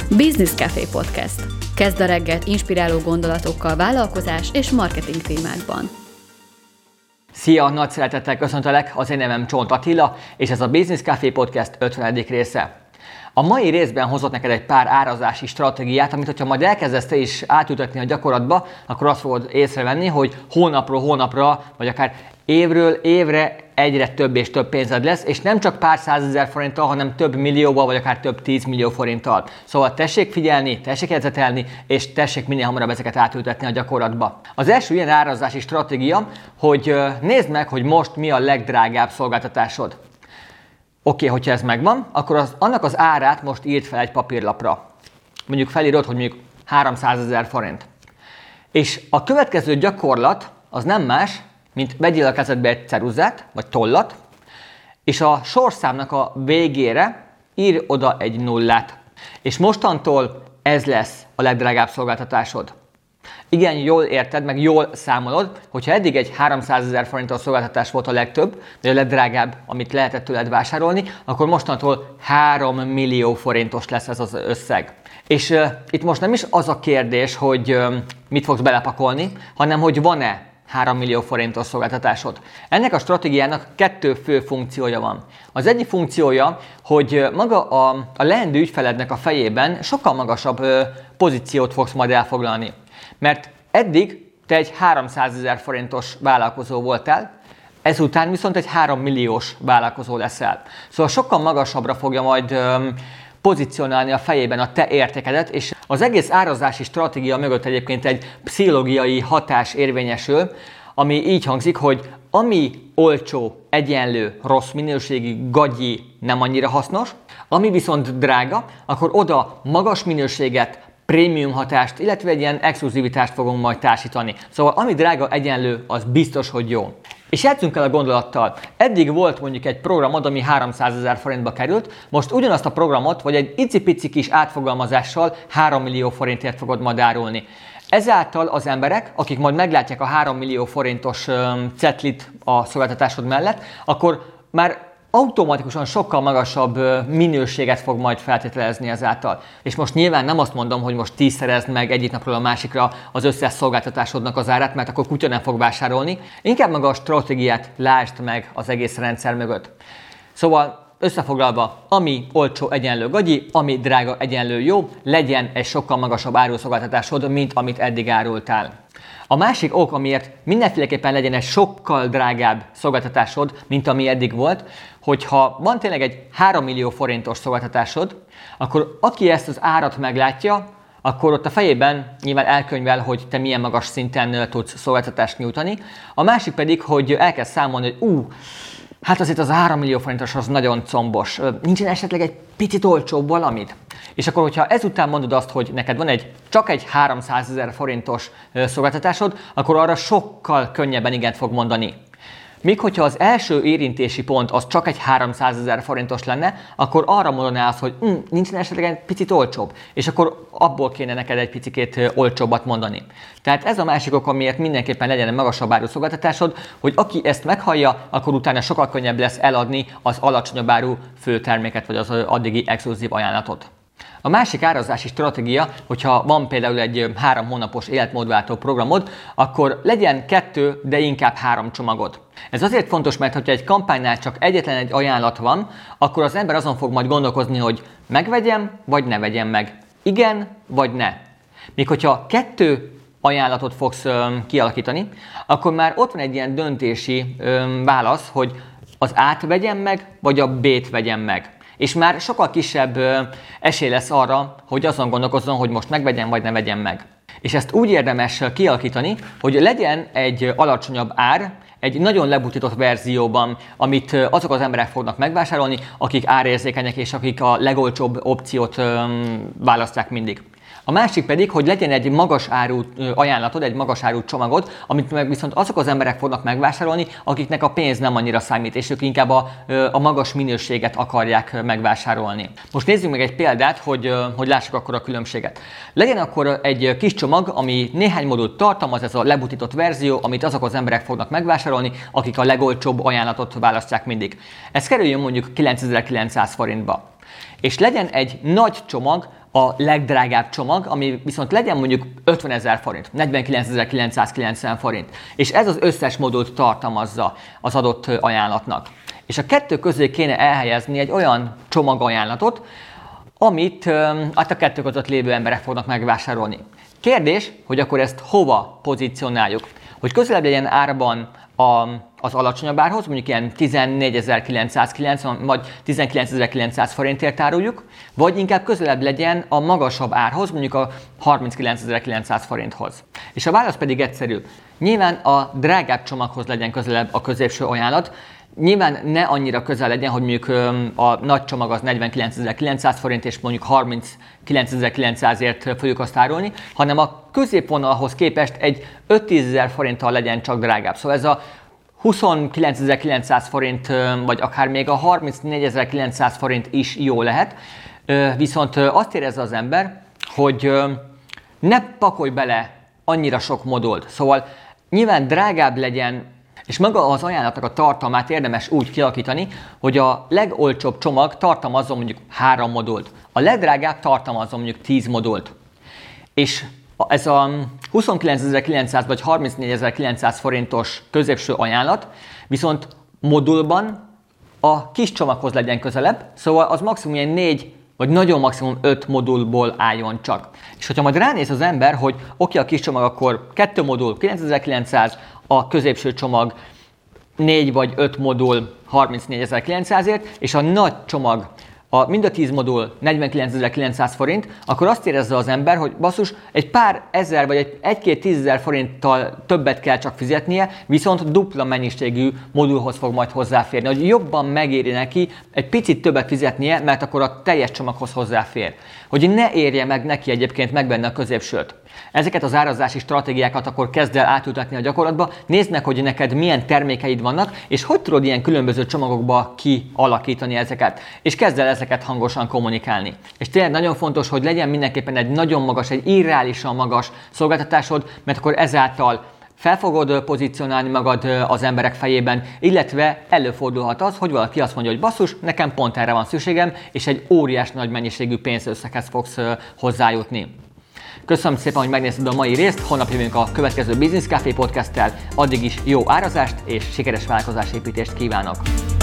Business Café Podcast. Kezdd a reggelt inspiráló gondolatokkal vállalkozás és marketing témákban. Szia! Nagy szeretettel köszöntelek, az én nevem Csont Attila, és ez a Business Café Podcast 50. része. A mai részben hozott neked egy pár árazási stratégiát, amit ha majd elkezdesz te is átültetni a gyakorlatba, akkor azt fogod észrevenni, hogy hónapról hónapra, vagy akár évről évre egyre több és több pénzed lesz, és nem csak pár százezer forinttal, hanem több millióval, vagy akár több 10 millió forinttal. Szóval tessék figyelni, tessék jegyzetelni, és tessék minél hamarabb ezeket átültetni a gyakorlatba. Az első ilyen árazási stratégia, hogy nézd meg, hogy most mi a legdrágább szolgáltatásod. Oké, hogyha ez megvan, akkor annak az árát most írd fel egy papírlapra. Mondjuk felírod, hogy mondjuk 300 000 forint. És a következő gyakorlat az nem más, mint vegyél a kezedbe egy ceruzát, vagy tollat, és a sorszámnak a végére írj oda egy nullát. És mostantól ez lesz a legdrágább szolgáltatásod. Igen, jól érted, meg jól számolod, hogyha eddig egy 300 000 forintos szolgáltatás volt a legtöbb, vagy a legdrágább, amit lehetett tőled vásárolni, akkor mostantól 3 millió forintos lesz ez az összeg. És itt most nem is az a kérdés, hogy mit fogsz belepakolni, hanem hogy van-e 3 millió forintos szolgáltatásod. Ennek a stratégiának 2 fő funkciója van. Az egyik funkciója, hogy maga a leendő ügyfelednek a fejében sokkal magasabb pozíciót fogsz majd elfoglalni. Mert eddig te egy 300 000 forintos vállalkozó voltál, ezután viszont egy 3 milliós vállalkozó leszel. Szóval sokkal magasabbra fogja majd pozícionálni a fejében a te értékedet, és az egész árazási stratégia mögött egyébként egy pszichológiai hatás érvényesül, ami így hangzik, hogy ami olcsó, egyenlő, rossz minőségi, gagyi, nem annyira hasznos, ami viszont drága, akkor oda magas minőséget, prémium hatást, illetve egy ilyen exkluzivitást fogunk majd társítani. Szóval ami drága, egyenlő, az biztos, hogy jó. És játszunk el a gondolattal. Eddig volt mondjuk egy programod, ami 300 000 forintba került, most ugyanazt a programot, vagy egy icipici kis átfogalmazással 3 millió forintért fogod majd árulni. Ezáltal az emberek, akik majd meglátják a 3 millió forintos cetlit a szolgáltatásod mellett, akkor már automatikusan sokkal magasabb minőséget fog majd feltételezni ezáltal. És most nyilván nem azt mondom, hogy most 10-szerezd meg egyik napról a másikra az összes szolgáltatásodnak az árát, mert akkor kutya nem fog vásárolni. Inkább maga a stratégiát lásd meg az egész rendszer mögött. Szóval összefoglalva, ami olcsó egyenlő gagyi, ami drága egyenlő jó, legyen egy sokkal magasabb áruszolgáltatásod, mint amit eddig árultál. A másik ok, amiért mindenféleképpen legyen egy sokkal drágább szolgáltatásod, mint ami eddig volt, hogyha van tényleg egy 3 millió forintos szolgáltatásod, akkor aki ezt az árat meglátja, akkor ott a fejében nyilván elkönyvel, hogy te milyen magas szinten tudsz szolgáltatást nyújtani. A másik pedig, hogy elkezd számolni, hogy hát azért az 3 millió forintos az nagyon combos. Nincsen esetleg egy picit olcsóbb valamit? És akkor, hogyha ezután mondod azt, hogy neked van csak egy 300 000 forintos szolgáltatásod, akkor arra sokkal könnyebben igent fog mondani. Míg hogyha az első érintési pont az csak egy 300 000 forintos lenne, akkor arra mondaná azt, hogy nincsen esetleg egy picit olcsóbb, és akkor abból kéne neked egy picikét olcsóbbat mondani. Tehát ez a másik ok, amiért mindenképpen legyen egy magasabb áru szolgáltatásod, hogy aki ezt meghallja, akkor utána sokkal könnyebb lesz eladni az alacsonyabb áru főterméket, vagy az addigi exkluzív ajánlatot. A másik árazási stratégia, hogyha van például egy 3 hónapos életmódváltó programod, akkor legyen 2, de inkább 3 csomagod. Ez azért fontos, mert ha egy kampánynál csak egyetlen egy ajánlat van, akkor az ember azon fog majd gondolkozni, hogy megvegyem, vagy ne vegyem meg. Igen, vagy ne. Míg hogyha 2 ajánlatot fogsz kialakítani, akkor már ott van egy ilyen döntési válasz, hogy az A-t vegyem meg, vagy a B-t vegyem meg. És már sokkal kisebb esély lesz arra, hogy azon gondolkozzon, hogy most megvegyem, vagy ne vegyem meg. És ezt úgy érdemes kialakítani, hogy legyen egy alacsonyabb ár, egy nagyon lebutított verzióban, amit azok az emberek fognak megvásárolni, akik árérzékenyek és akik a legolcsóbb opciót választják mindig. A másik pedig, hogy legyen egy magas áru ajánlatod, egy magas áru csomagod, amit meg viszont azok az emberek fognak megvásárolni, akiknek a pénz nem annyira számít, és ők inkább a magas minőséget akarják megvásárolni. Most nézzük meg egy példát, hogy lássuk akkor a különbséget. Legyen akkor egy kis csomag, ami néhány modult tartalmaz, ez a lebutított verzió, amit azok az emberek fognak megvásárolni, akik a legolcsóbb ajánlatot választják mindig. Ez kerüljön mondjuk 9900 forintba. És legyen egy nagy csomag, a legdrágább csomag, ami viszont legyen mondjuk 50 000 forint, 49.990 forint. És ez az összes modult tartalmazza az adott ajánlatnak. És a kettő közé kéne elhelyezni egy olyan csomagajánlatot, amit a kettő között lévő emberek fognak megvásárolni. Kérdés, hogy akkor ezt hova pozícionáljuk? Hogy közelebb legyen árban az alacsonyabb árhoz, mondjuk ilyen 14.990 vagy 19.900 forintért áruljuk, vagy inkább közelebb legyen a magasabb árhoz, mondjuk a 39.900 forinthoz. És a válasz pedig egyszerű. Nyilván a drágább csomaghoz legyen közelebb a középső ajánlat, nyilván ne annyira közel legyen, hogy mondjuk a nagy csomag az 49.900 forint, és mondjuk 39.900-ért fogjuk azt árulni, hanem a középvonalhoz képest egy 5-10 forinttal legyen csak drágább. Szóval ez a 29.900 forint, vagy akár még a 34.900 forint is jó lehet, viszont azt érezze az ember, hogy ne pakolj bele annyira sok modult. Szóval nyilván drágább legyen, és maga az ajánlatnak a tartalmát érdemes úgy kialakítani, hogy a legolcsóbb csomag tartalmazzon mondjuk 3 modult, a legdrágább tartalmazzon mondjuk 10 modult. És ez a 29.900 vagy 34.900 forintos középső ajánlat viszont modulban a kis csomaghoz legyen közelebb, szóval az maximum ilyen 4 vagy nagyon maximum 5 modulból álljon csak. És hogyha majd ránéz az ember, hogy oké, a kis csomag akkor 2 modul 9.900, a középső csomag 4 vagy 5 modul 34.900-ért, és a nagy csomag mind a 10 modul 49.900 forint, akkor azt érezze az ember, hogy basszus, egy pár ezer vagy egy-két 10 000 forinttal többet kell csak fizetnie, viszont dupla mennyiségű modulhoz fog majd hozzáférni, hogy jobban megéri neki egy picit többet fizetnie, mert akkor a teljes csomaghoz hozzáfér. Hogy ne érje meg neki egyébként megvenni a középsőt. Ezeket az árazási stratégiákat akkor kezd el átültetni a gyakorlatba, nézd meg, hogy neked milyen termékeid vannak, és hogy tudod ilyen különböző csomagokba kialakítani ezeket, és kezd el ezeket hangosan kommunikálni. És tényleg nagyon fontos, hogy legyen mindenképpen egy nagyon magas, egy irreálisan magas szolgáltatásod, mert akkor ezáltal fel fogod pozícionálni magad az emberek fejében, illetve előfordulhat az, hogy valaki azt mondja, hogy basszus, nekem pont erre van szükségem, és egy óriás nagy mennyiségű pénzösszeghez fogsz hozzájutni. Köszönöm szépen, hogy megnézted a mai részt, holnap jövünk a következő Business Café podcasttel, addig is jó árazást és sikeres vállalkozásépítést kívánok!